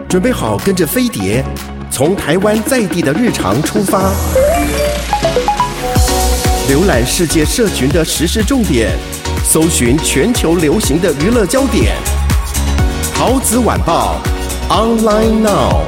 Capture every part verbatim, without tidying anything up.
准备好跟着飞碟，从台湾在地的日常出发，浏览世界社群的时事重点，搜寻全球流行的娱乐焦点。桃子晚报 Online Now。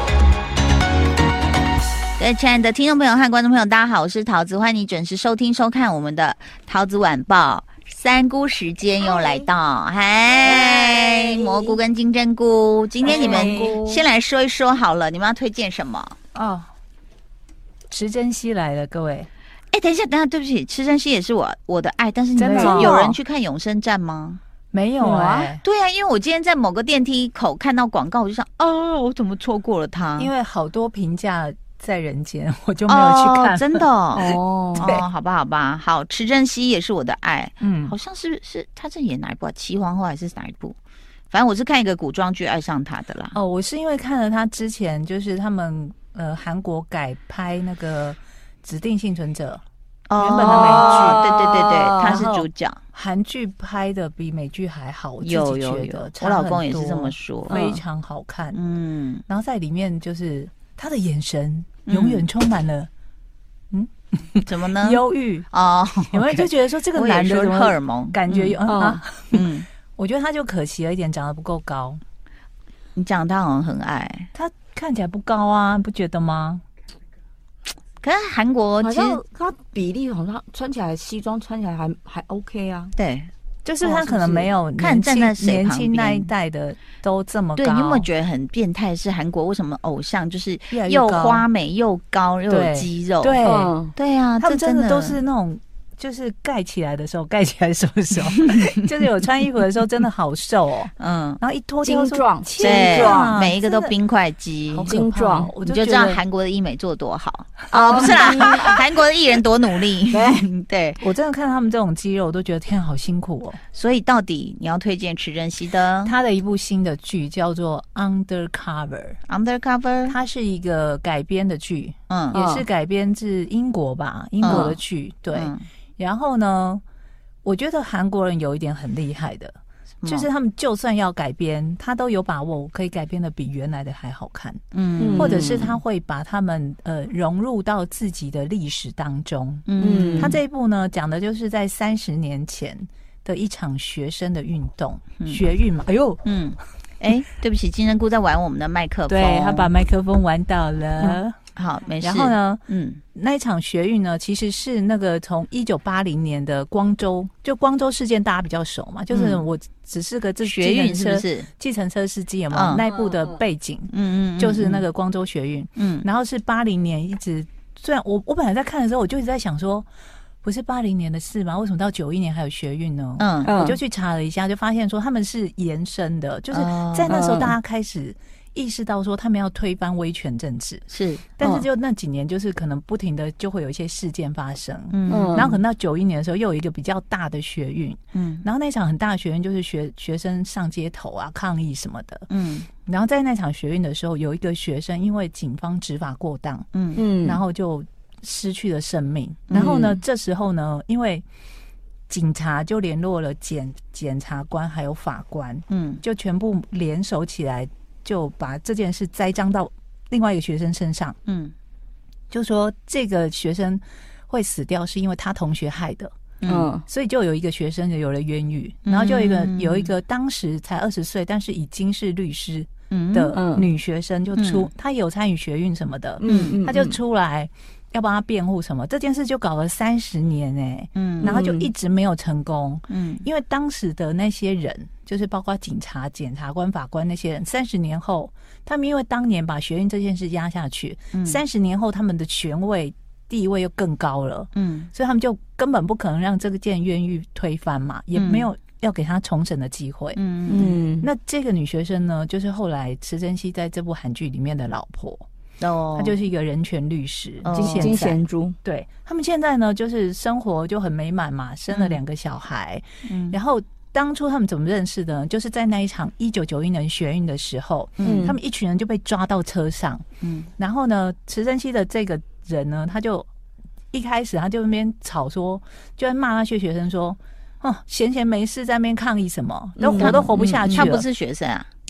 各位亲爱的听众朋友和观众朋友，大家好，我是桃子，欢迎你准时收听收看我们的桃子晚报。三菇时间又来到，嗨，蘑菇跟金针菇，今天你们先来说一说好了，你们要推荐什么？ 哦，池珍熙来了，各位。 哎，等一下，等一下，对不起，池珍熙也是我我的爱，但是你们有人去看永生站吗？ 没有哎、欸， 对啊，因为我今天在某个电梯口看到广告，我就想，哦，我怎么错过了它？ 因为好多评价在人间，我就没有去看。 哦、真的哦， 哦，好吧，好吧，好，池珍熙也是我的爱， 嗯， 好像是是他在演哪一部啊？齐皇后还是哪一部？反正我是看一个古装剧爱上他的啦。 哦，我是因为看了他之前就是他们呃韩国改拍那个《指定幸存者》。 哦、 原本的美剧， 对对对对，他是主角。 韩剧拍的比美剧还好，我自己有觉得有有，我老公也是这么说， 非常好看。 嗯， 然后在里面就是他的眼神永远充满了，嗯， 怎么呢？ 忧郁哦，有没有就觉得说这个男的荷尔蒙感觉有啊？ 嗯， 我觉得他就可惜了一点，长得不够高。 你讲他好像很矮， 他看起来不高啊，不觉得吗？ 可是韩国其实他比例好像穿起来西装穿起来还还 OK 啊， 对， 就是他可能没有看站在年轻那一代的都这么高。 对，你有没有觉得很变态？是韩国为什么偶像就是又花美又高又有肌肉？ 对对啊， 他们真的都是那种。就是盖起来的时候，盖起来瘦瘦，就是有穿衣服的时候真的好瘦哦，嗯，然后一脱精壮， 精壮，每一个都冰块肌， 精壮， 你就知道韩国的医美做多好哦，不是啦，韩国的艺人多努力，对对， 我真的看到他们这种肌肉，我都觉得天好辛苦哦。 所以到底你要推荐池珍熙的他的一部新的剧叫做 Undercover， Undercover， 它是一个改编的剧， 嗯， 也是改编自英国吧，英国的剧，对。然后呢，我觉得韩国人有一点很厉害的，就是他们就算要改编，他都有把握可以改编的比原来的还好看，嗯，或者是他会把他们呃融入到自己的历史当中，嗯，他这一部呢讲的就是在三十年前的一场学生的运动，嗯、学运嘛，哎呦， 嗯，哎，对不起，金针菇在玩我们的麦克风， 对他把麦克风玩倒了。嗯好，没事。 然后呢， 嗯， 那一场学运呢，其实是那个从一九八零年的光州，就光州事件大家比较熟嘛，就是我只是个这学运是不是计程车司机有没有、嗯、那一部的背景？ 嗯嗯， 就是那个光州学运。嗯，然后是八零年一直，虽然我我本来在看的时候，我就一直在想说，不是八零年的事吗？为什么到九一年还有学运呢？嗯，我就去查了一下，就发现说他们是延伸的，就是在那时候大家开始。意识到说他们要推翻威权政治是， 但是就那几年就是可能不停的就会有一些事件发生，嗯，然后可能到九一年的时候又有一个比较大的学运，嗯，然后那场很大的学运就是学学生上街头啊抗议什么的，嗯，然后在那场学运的时候有一个学生因为警方执法过当，嗯嗯，然后就失去了生命，然后呢、嗯、这时候呢因为警察就联络了检检察官还有法官，嗯，就全部联手起来。就把这件事栽赃到另外一个学生身上，嗯，就说这个学生会死掉是因为他同学害的，嗯，所以就有一个学生就有了冤狱，然后就有一个有一个当时才二十岁，但是已经是律师的女学生就出，她有参与学运什么的，嗯，她就出来要帮他辩护什么，这件事就搞了三十年哎、欸，嗯，然后就一直没有成功，嗯，因为当时的那些人，就是包括警察、检察官、法官那些人，三十年后，他们因为当年把学运这件事压下去，三十、嗯、年后他们的权位地位又更高了，嗯，所以他们就根本不可能让这个件冤狱推翻嘛，也没有要给他重审的机会，嗯嗯，那这个女学生呢，就是后来池珍熙在这部韩剧里面的老婆。哦，他就是一个人权律师， 金金贤珠。 对，他们现在呢，就是生活就很美满嘛，生了两个小孩。嗯，然后当初他们怎么认识的呢？就是在那一场一九九一年学运的时候，嗯，他们一群人就被抓到车上，嗯，然后呢，池珍熙的这个人呢，他就一开始他就那边吵说，就在骂那些学生说，哦，闲闲没事在那边抗议什么，都、嗯、我都活不下去了、 嗯。他不是学生啊。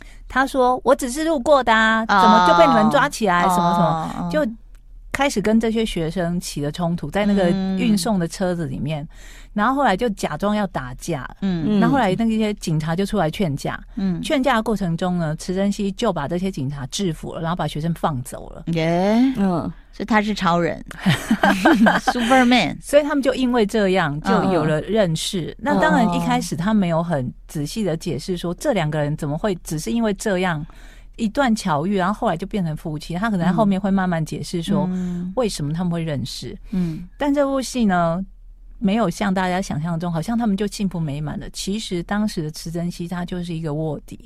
他说我只是路过的啊，怎么就被你们抓起来？什么什么，就开始跟这些学生起了冲突，在那个运送的车子里面，然后后来就假装要打架，嗯，然后后来那些警察就出来劝架，嗯，劝架的过程中呢，池珍熙就把这些警察制服了，然后把学生放走了， 耶，嗯，所以他是超人，Superman， 所以他们就因为这样就有了认识。嗯、那当然一开始他没有很仔细的解释说这两个人怎么会只是因为这样。一段巧遇，然后后来就变成夫妻。他可能在后面会慢慢解释说为什么他们会认识。嗯，但这部戏呢，没有像大家想象中，好像他们就幸福美满了。其实当时的池珍熙他就是一个卧底。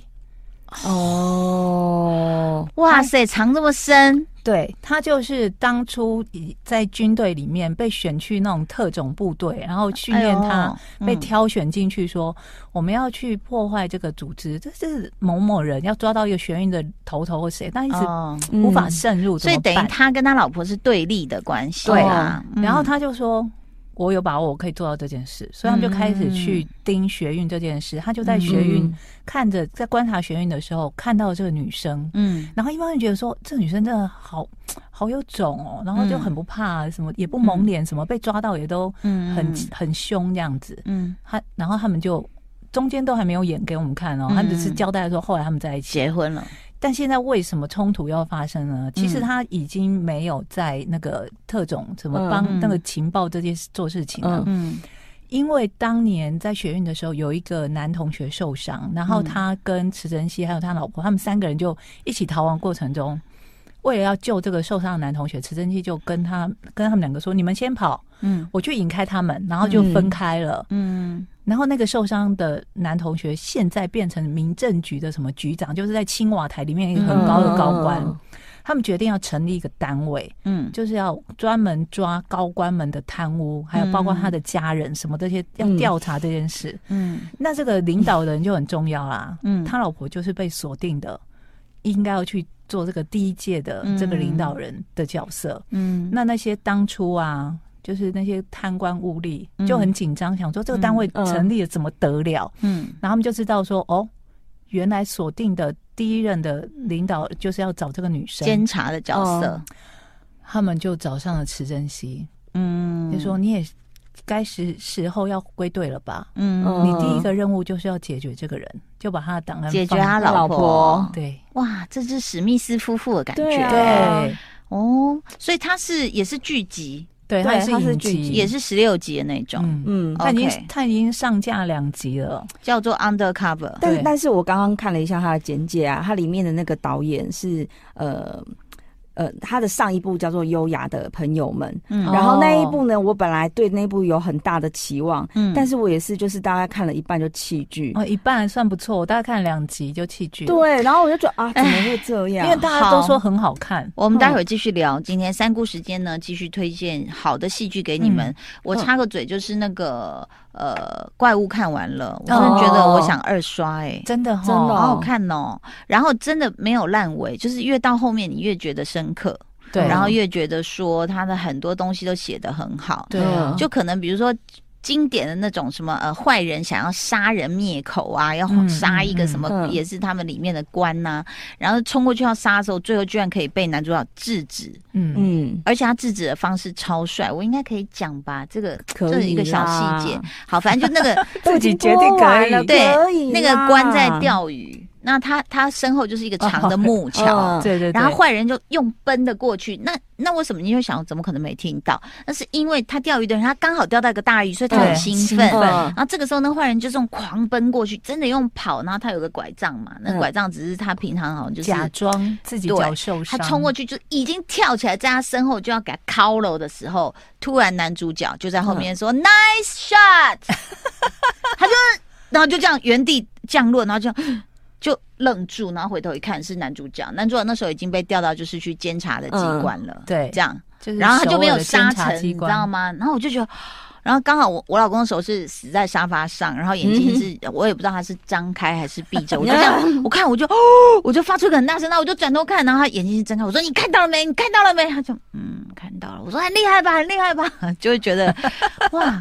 哦，哇塞，藏这么深。 对，他就是当初在军队里面被选去那种特种部队，然后训练他，哎、被挑选进去说、嗯、我们要去破坏这个组织，这是某某人要抓到一个学运的头头或谁，但一直无法渗入、哦嗯， 所以等于他跟他老婆是对立的关系。 对啊、嗯，然后他就说。我有把握我可以做到这件事，所以他们就开始去盯学运这件事。他就在学运、嗯、看着，在观察学运的时候，看到这个女生，嗯，然后一般人觉得说这女生真的好好有种哦，然后就很不怕，什么也不蒙脸，什么被抓到也都很、嗯、很凶这样子，嗯，他然后他们就中间都还没有演给我们看哦，他们只是交代说后来他们在一起结婚了。 但现在为什么冲突要发生呢？其实他已经没有在那个特种什么帮那个情报这件事做事情了。嗯，因为当年在学运的时候，有一个男同学受伤，然后他跟池珍熙还有他老婆，他们三个人就一起逃亡过程中，为了要救这个受伤的男同学，池珍熙就跟他跟他们两个说：“你们先跑，嗯，我去引开他们。”然后就分开了。嗯。嗯然后那个受伤的男同学现在变成民政局的什么局长，就是在青瓦台里面一个很高的高官。嗯、他们决定要成立一个单位，嗯，就是要专门抓高官们的贪污，还有包括他的家人什么这些，要调查这件事。嗯，那这个领导人就很重要啦。嗯，他老婆就是被锁定的，应该要去做这个第一届的这个领导人的角色。嗯，那那些当初啊。就是那些贪官污吏就很紧张、嗯，想说这个单位成立了怎么得了？嗯，然后他们就知道说，哦，原来锁定的第一任的领导就是要找这个女生监察的角色、哦， 他们就找上了池珍熙，嗯，就说你也该时时候要归队了吧？嗯，你第一个任务就是要解决这个人，就把他的档案解决他老婆， 对， 哇，这是史密斯夫妇的感觉， 对,、啊、 对，哦，所以他是也是剧集。 对，它是影集， 也是十六集的那种。 嗯，嗯它已经它已经上架两集了， 叫做 Undercover。 但但是我刚刚看了一下它的简介啊，它里面的那个导演是呃。呃，他的上一部叫做《优雅的朋友们》，嗯，然后那一部呢，我本来对那一部有很大的期望，嗯，但是我也是就是大概看了一半就弃剧， 哦，一半还算不错，我大概看了两集就弃剧， 对，然后我就觉得啊，怎么会这样？ 因为大家都说很好看。 我们待会儿继续聊，今天三姑时间呢，继续推荐好的戏剧给你们。嗯、我插个嘴，就是那个呃，怪物看完了，我真的觉得我想二刷、欸，哎、哦， 真的、哦， 真的好好看哦。然后真的没有烂尾，就是越到后面你越觉得深刻。对，然后越觉得说他的很多东西都写得很好，对、啊，就可能比如说经典的那种什么呃坏人想要杀人灭口啊，要杀一个什么、嗯嗯、也是他们里面的官呐、啊，然后冲过去要杀的时候，最后居然可以被男主角制止，嗯嗯，而且他制止的方式超帅，我应该可以讲吧？这个这是一个小细节，好，反正就那个自己决定可以， 对，那个官在钓鱼。那他他身后就是一个长的木桥、哦，对对对，然后坏人就用奔的过去，那那为什么你会想怎么可能没听到？那是因为他钓鱼的人他刚好钓到一个大鱼，所以他很兴奋。然后这个时候那坏人就是用狂奔过去，真的用跑，然后他有个拐杖嘛，那拐杖只是他平常好像就是假装自己脚受伤， 他冲过去就已经跳起来，在他身后就要给他敲楼的时候，突然男主角就在后面说、嗯、nice shot， 他就然后就这样原地降落，然后就。就愣住，然后回头一看是男主角，男主角那时候已经被调到就是去监察的机关了，嗯、对，这样，就是然后他就没有杀成，你知道吗？然后我就觉得，然后刚好我我老公的手是死在沙发上，然后眼睛是、嗯、我也不知道他是张开还是闭着，我就这样，我看我就哦，我就发出一个很大声，然后我就转头看，然后他眼睛是睁开，我说你看到了没？你看到了没？他就嗯看到了，我说很厉害吧，很厉害吧，就会觉得哇。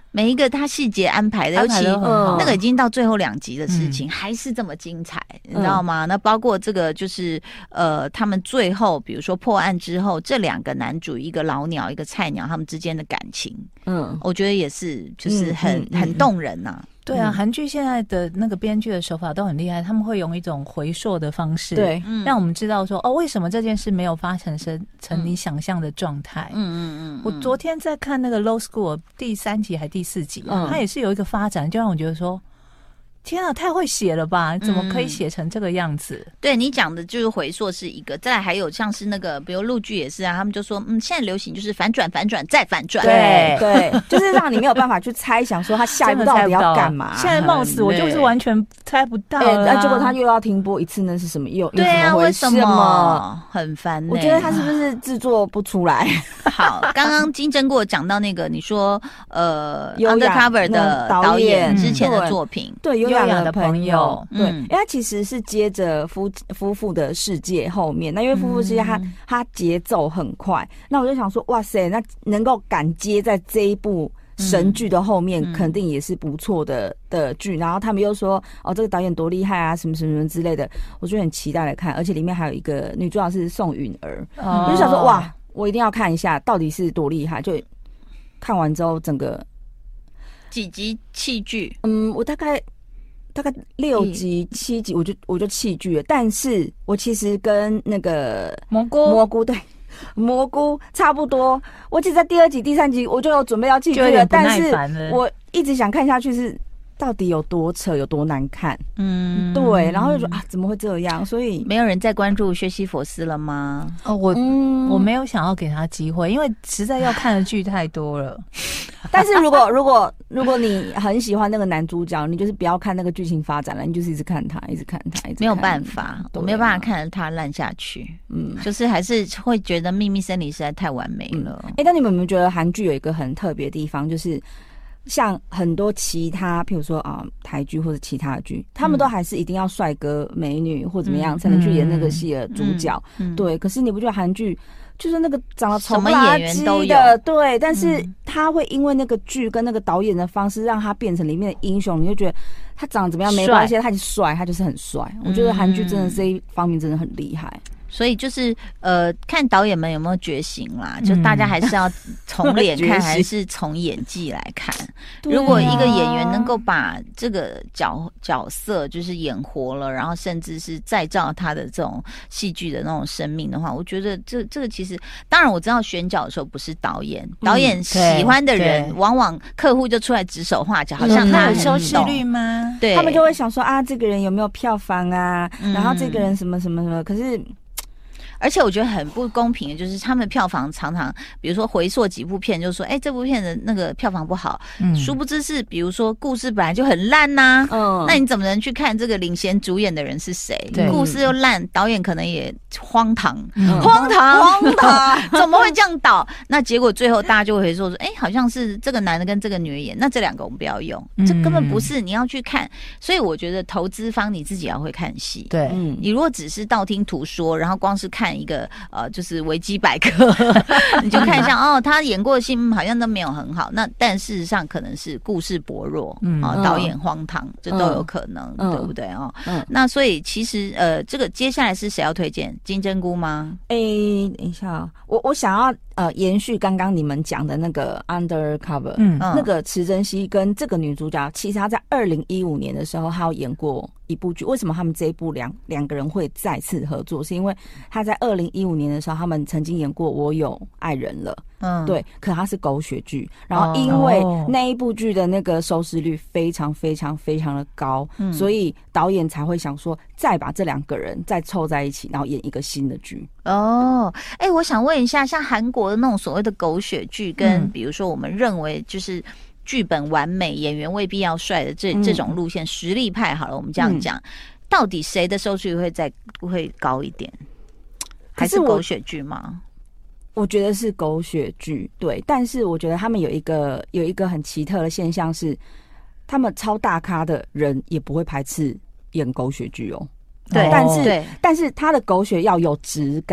每一个他细节安排的，尤其那个已经到最后两集的事情，嗯、还是这么精彩，你知道吗？嗯、那包括这个就是呃，他们最后比如说破案之后，这两个男主，一个老鸟，一个菜鸟，他们之间的感情，嗯，我觉得也是就是很、嗯嗯、很动人呐、啊。 对啊，韩剧现在的那个编剧的手法都很厉害，他们会用一种回溯的方式， 对， 让我们知道说哦，为什么这件事没有发生成成你想象的状态。嗯嗯嗯。我昨天在看那个《Law School》第三集还第四集，嗯、它也是有一个发展，就让我觉得说。天啊，太会写了吧！怎么可以写成这个样子？ 嗯、对你讲的就是回溯是一个，再来还有像是那个，比如陆剧也是啊，他们就说，嗯，现在流行就是反转、反转再反转， 对对，就是让你没有办法去猜想说他下一步到底要干嘛。 现在貌似我就是完全猜不到、啊， 那、欸、结果他又要停播一次，那是什么？又对啊， 为什么？很烦、欸。 我觉得他是不是制作不出来？ 好，刚刚金针过讲到那个，你说呃 ，Undercover 的导演之前的作品， 对，优雅的朋友。对， 嗯、 因为他其实是接着夫夫妇的世界后面，那因为夫妇世界他、嗯、他节奏很快，那我就想说，哇塞，那能够敢接在这一部神剧的后面，嗯、肯定也是不错的的剧。然后他们又说，哦，这个导演多厉害啊，什么什么什么之类的，我就很期待来看。而且里面还有一个女主角是宋允儿，哦、我就想说，哇，我一定要看一下，到底是多厉害。就看完之后，整个几集弃剧， 嗯，我大概。大概六集、嗯、七集，我就我就弃剧了。但是我其实跟那个蘑菇蘑菇对蘑菇差不多。我其实在第二集、第三集我就有准备要弃剧了，但是我一直想看下去是到底有多扯，有多难看。嗯，对。然后就说啊，怎么会这样？所以没有人在关注薛西佛斯了吗？ 哦，我、嗯、我没有想要给他机会，因为实在要看的剧太多了。 但是如果如果如果你很喜欢那个男主角，你就是不要看那个剧情发展了，你就是一直看他，一直看他，一直看没有办法，我没有办法看着他烂下去。嗯，就是还是会觉得《秘密森林》实在太完美了。 哎、嗯欸，但你们有没有觉得韩剧有一个很特别的地方，就是像很多其他，譬如说啊、呃、台剧或者其他的剧，他们都还是一定要帅哥美女或怎么样、嗯、才能去演那个戏的主角。嗯嗯、对，可是你不觉得韩剧？就是那个长得丑不拉几的，对，但是他会因为那个剧跟那个导演的方式，让他变成里面的英雄，你就觉得他长得怎么样没关系，他很帅，他就是很帅。我觉得韩剧真的这一方面真的很厉害。 所以就是呃，看导演们有没有觉醒啦，嗯、就大家还是要从脸看，还是从演技来看。啊、如果一个演员能够把这个角角色就是演活了，然后甚至是再造他的这种戏剧的那种生命的话，我觉得这这个其实，当然我知道选角的时候不是导演，导演喜欢的人，嗯、往往客户就出来指手画脚，好像他有收视率吗？ 对， 他们就会想说啊，这个人有没有票房啊？嗯、然后这个人什么什么什么，可是。 而且我觉得很不公平的就是他们票房常常比如说回溯几部片就说哎、欸、这部片的那个票房不好、嗯、殊不知是比如说故事本来就很烂呐、啊嗯、那你怎么能去看这个领衔主演的人是谁？故事又烂，导演可能也荒唐、嗯、荒唐荒唐怎么会这样导？那结果最后大家就会说说哎、欸、好像是这个男的跟这个女的演，那这两个我们不要用、嗯、这根本不是，你要去看。所以我觉得投资方你自己要会看戏， 对、 嗯、你如果只是道听途说，然后光是看一个呃，就是维基百科，你就看一下哦，他演过的戏好像都没有很好，那但事实上可能是故事薄弱，嗯，啊、导演荒唐，这、嗯、都有可能，嗯、对不对哦？嗯，那所以其实呃，这个接下来是谁要推荐？金针菇吗？ 哎、欸，等一下，我我想要呃延续刚刚你们讲的那个 Undercover， 嗯，那个池珍熙跟这个女主角，其实她在二零一五年的时候，她有演过一部剧。为什么他们这一部两两个人会再次合作？是因为她在二零一五年的时候，他们曾经演过《我有爱人了》，嗯，对，可它是狗血剧，然后因为那一部剧的那个收视率非常非常非常的高，嗯，所以导演才会想说，再把这两个人再凑在一起，然后演一个新的剧。 哦，哎、欸，我想问一下，像韩国的那种所谓的狗血剧，跟比如说我们认为就是剧本完美、演员未必要帅的这这种路线，实力派好了，我们这样讲，嗯、到底谁的收视率会再会高一点？还是狗血剧吗？ 我觉得是狗血剧，对。但是我觉得他们有一个有一个很奇特的现象是，他们超大咖的人也不会排斥演狗血剧哦。 对， 但是但是他的狗血要有质感。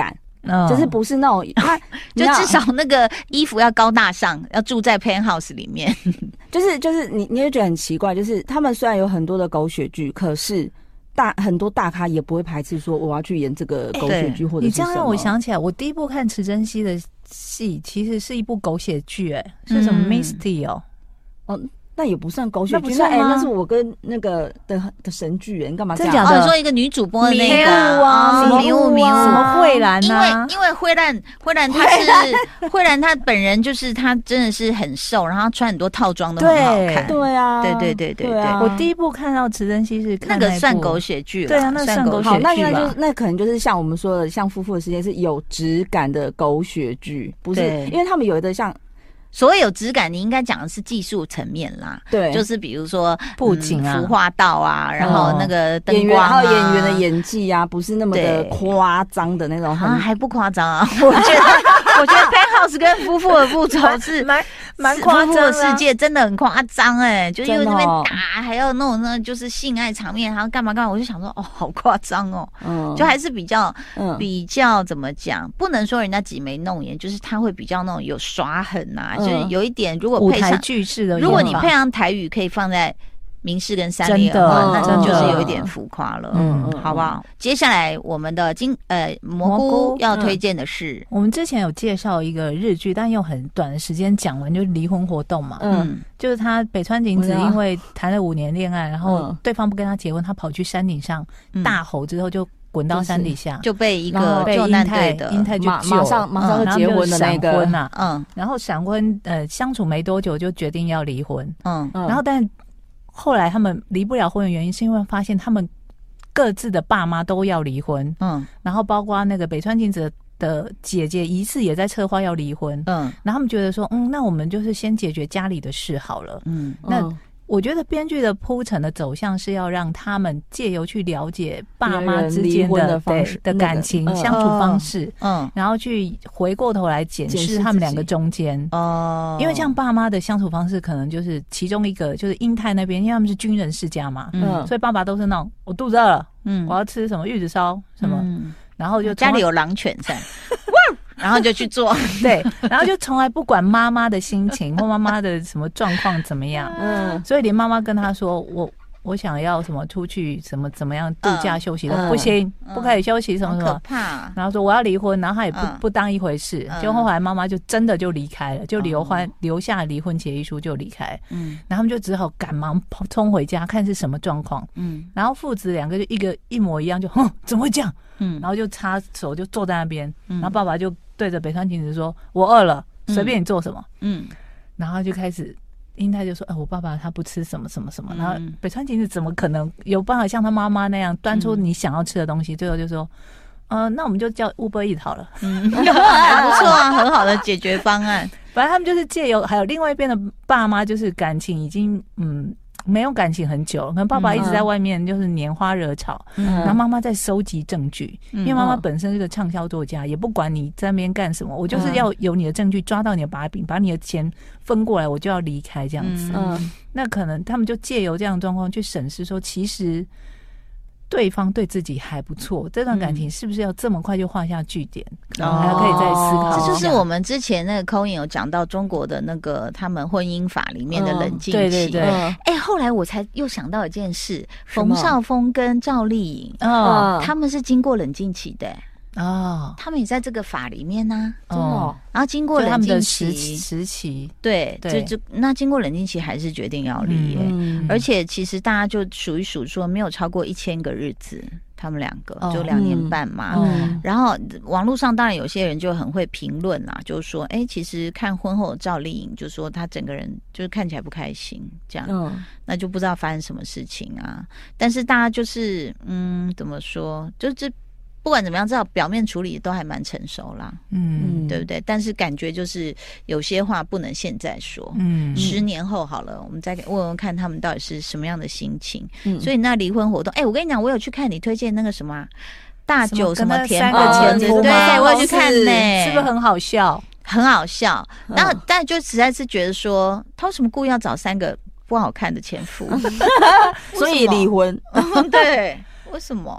嗯、就是不是那种他就至少那个衣服要高大上，要住在 penthouse 里面。 就是就是你你会觉得很奇怪，就是他们虽然有很多的狗血剧，可是大很多大咖也不会排斥说我要去演这个狗血剧或者是什么。 你这样让我想起来，我第一部看池珍熙的戏其实是一部狗血剧，哎，是什么 Misty 哦？ 哦，那也不算狗血剧，那哎、欸，那是我跟那个的的神剧人，你干嘛这样？ 哦，你说一个女主播的那个啊， 什么迷雾迷雾， 什么慧兰啊？ 因为因为慧兰慧兰她是慧兰，她本人就是她真的是很瘦，然后穿很多套装都很好看。 对啊， 对对对对对。 啊、 我第一部看到池珍熙是看那, 那个算狗血剧， 对啊，那算狗血剧吧。 那应该就是那可能就是像我们说的，像夫妇的世界是有质感的狗血剧，不是？因为他们有的像。 所谓有质感，你应该讲的是技术层面啦， 对， 就是比如说布景啊、 服化道啊，然后那个灯光啊， 还有演员的演技啊，不是那么的夸张的那种， 啊，还不夸张啊？我觉得，我觉得 Penthouse 跟夫妇的复仇是蛮蛮夸张的，世界真的很夸张哎，就因为那边打，还有那种那就是性爱场面，还要干嘛干嘛，我就想说，哦，好夸张哦，嗯，就还是比较比较怎么讲，不能说人家挤眉弄眼，就是他会比较那种有耍狠啊。就是有一点，如果配上剧式的， 如果你配上台语，可以放在民视跟三立的话，那真就是有一点浮夸了，嗯，好不好？接下来我们的金呃蘑菇要推荐的是， 我们之前有介绍一个日剧，但用很短的时间讲完，就是离婚活动嘛，嗯，就是他北川景子因为谈了五年恋爱，然后对方不跟他结婚，他跑去山顶上大吼之后就。滚到山底下， 就被一个救难队的英泰就马马上马上就结婚的那个闪婚啊，嗯，然后闪婚呃相处没多久就决定要离婚，嗯，然后但后来他们离不了婚的原因是因为发现他们各自的爸妈都要离婚，嗯，然后包括那个北川景子的姐姐疑似也在策划要离婚，嗯，然后他们觉得说，嗯，那我们就是先解决家里的事好了，嗯，那。嗯我觉得编剧的铺陈的走向是要让他们借由去了解爸妈之间的的, 的感情、那个、相处方式，嗯，然后去回过头来检视他们两个中间，哦，因为像爸妈的相处方式，可能就是其中一个就是英泰那边，因为他们是军人世家嘛，嗯，所以爸爸都是那种我肚子饿了，嗯，我要吃什么玉子烧什么，嗯、然后就家里有狼犬在。然后就去做， 对，然后就从来不管妈妈的心情或妈妈的什么状况怎么样，嗯，所以连妈妈跟他说我我想要什么出去什么怎么样度假休息都、嗯、不行、嗯，不可以休息什么什么， 可怕。 然后说我要离婚，然后他也不、嗯、不当一回事，就后来妈妈就真的就离开了，就留婚、嗯、留下离婚协议书就离开，嗯，然后他们就只好赶忙冲回家看是什么状况，嗯，然后父子两个就一个一模一样，就哼怎么会这样，嗯，然后就插手就坐在那边，嗯、然后爸爸就。对着北川景子说：“我饿了，随便你做什么。”嗯，然后就开始，英泰就说：“哎、呃，我爸爸他不吃什么什么什么。嗯”然后北川景子怎么可能有办法像他妈妈那样端出你想要吃的东西？嗯、最后就说：“呃，那我们就叫 Uber Eats 好了。” 嗯，还不错啊，很好的解决方案。 反正他们就是借由还有另外一边的爸妈，就是感情已经嗯。没有感情很久，可能爸爸一直在外面就是拈花惹草，嗯、然后妈妈在收集证据，嗯、因为妈妈本身是个畅销作家，也不管你在那边干什么，我就是要有你的证据，抓到你的把柄，把你的钱分过来，我就要离开这样子。嗯、那可能他们就借由这样的状况去审视说，其实对方对自己还不错，这段感情是不是要这么快就画下句点？然后还可以再思考、哦。 这就是我们之前那个 Coin 有讲到中国的那个他们婚姻法里面的冷静期。 嗯、对对对。哎、 欸，后来我才又想到一件事，冯绍峰跟赵丽颖，哦，他们是经过冷静期的、欸。哦，他们也在这个法里面呢、啊，哦，然后经过冷静期时期， 对，对就就那经过冷静期还是决定要离耶、欸嗯，而且其实大家就数一数说没有超过一千个日子，他们两个、哦、就两年半嘛、嗯，然后网络上当然有些人就很会评论啦，就是说，哎、欸，其实看婚后的赵丽颖，就说她整个人就是看起来不开心，这样，嗯，那就不知道发生什么事情啊，但是大家就是嗯，怎么说，就这。不管怎么样，至少表面处理都还蛮成熟啦，嗯，对不对？但是感觉就是有些话不能现在说，嗯，十年后好了，我们再问问看他们到底是什么样的心情。嗯、所以那离婚活动，哎、欸，我跟你讲，我有去看你推荐那个什么、啊、大酒什么甜不甜的，对，我有去看呢、欸， 是不是很好笑？ 很好笑。然后，但就实在是觉得说，他为什么故意要找三个不好看的前夫？ 所以离婚？ 对，为什么？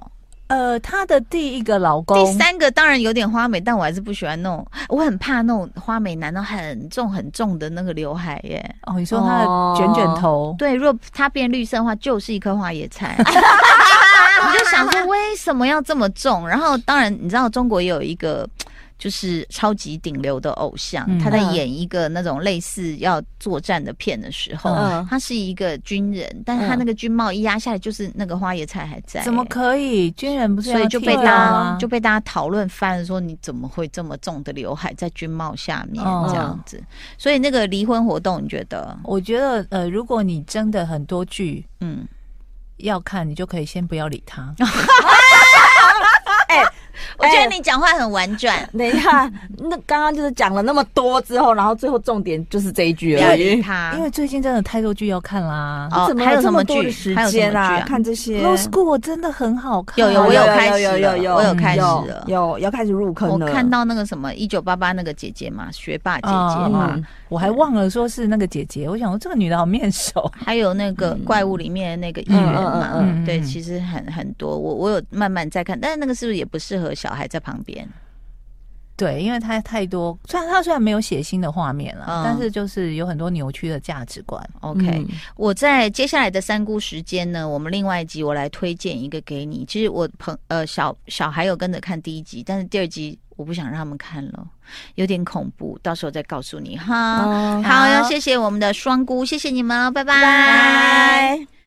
呃，她的第一个老公， 第三个当然有点花美，但我还是不喜欢那种，我很怕那种花美男，然后很重很重的那个刘海耶。 哦，你说他的卷卷头， 哦、对，如果它变绿色的话，就是一颗花椰菜。我就想说，为什么要这么重？然后，当然你知道，中国也有一个。就是超级顶流的偶像，嗯、他在演一个那种类似要作战的片的时候，嗯、他是一个军人，但是他那个军帽一压下来，就是那个花椰菜还在、欸。 怎么可以？军人不是要？ 所以就被大家就被大家讨论翻了，说你怎么会这么重的刘海在军帽下面这样子？嗯、所以那个离婚活动，你觉得？ 我觉得呃，如果你真的很多剧，嗯，要看，你就可以先不要理他。 哎、欸，我觉得你讲话很婉转。 等一下，那刚刚就是讲了那么多之后，然后最后重点就是这一句而已。 他因为最近真的太多剧要看啦。 哦， 怎么还有什么剧？时间啊？啊看这些。 Law School 真的很好看。 有有，我有开始， 有有有， 我有开始了， 有要开始入坑了。 我看到那个什么一九八八那个姐姐嘛，学霸姐姐嘛， 嗯、我还忘了说是那个姐姐。我想说这个女的好面熟。 还有那个怪物里面的那个议员嘛，嗯嗯嗯、对，其实很很多。我我有慢慢在看，但是那个是不是也不适合小孩在旁边？ 对，因为它太多，虽然它虽然没有血腥的画面了，嗯、但是就是有很多扭曲的价值观。 OK，、嗯、我在接下来的三姑时间呢，我们另外一集我来推荐一个给你。其实我朋呃小小孩有跟着看第一集，但是第二集我不想让他们看了，有点恐怖，到时候再告诉你哈。哦、好，要谢谢我们的双姑，谢谢你们哦，拜拜。 拜拜。